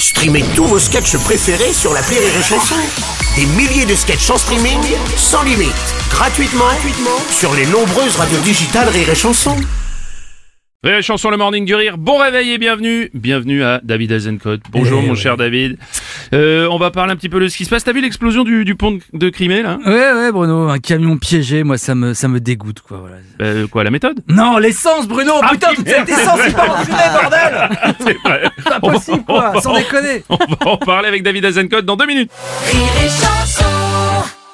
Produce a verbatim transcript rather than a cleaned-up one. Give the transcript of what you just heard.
Streamez tous vos sketchs préférés sur l'appli Rire et Chanson. Des milliers de sketchs en streaming, sans limite, gratuitement, gratuitement sur les nombreuses radios digitales Rire et Chanson. Rire et Chanson, le morning du rire. Bon réveil et bienvenue. Bienvenue à David Azencote. Bonjour Eh mon ouais. cher David. Euh, on va parler un petit peu de ce qui se passe. T'as vu l'explosion du, du pont de, de Crimée là? Ouais, ouais, Bruno, un camion piégé, moi ça me, ça me dégoûte, quoi. Voilà. Euh, quoi, la méthode? Non, l'essence, Bruno, Ah, putain, toute cette essence, il part en fumée, bordel. C'est vrai. Pas On va- possible, on quoi, va- sans déconner. On va en parler avec David Azencote dans deux minutes. Rire et chanson.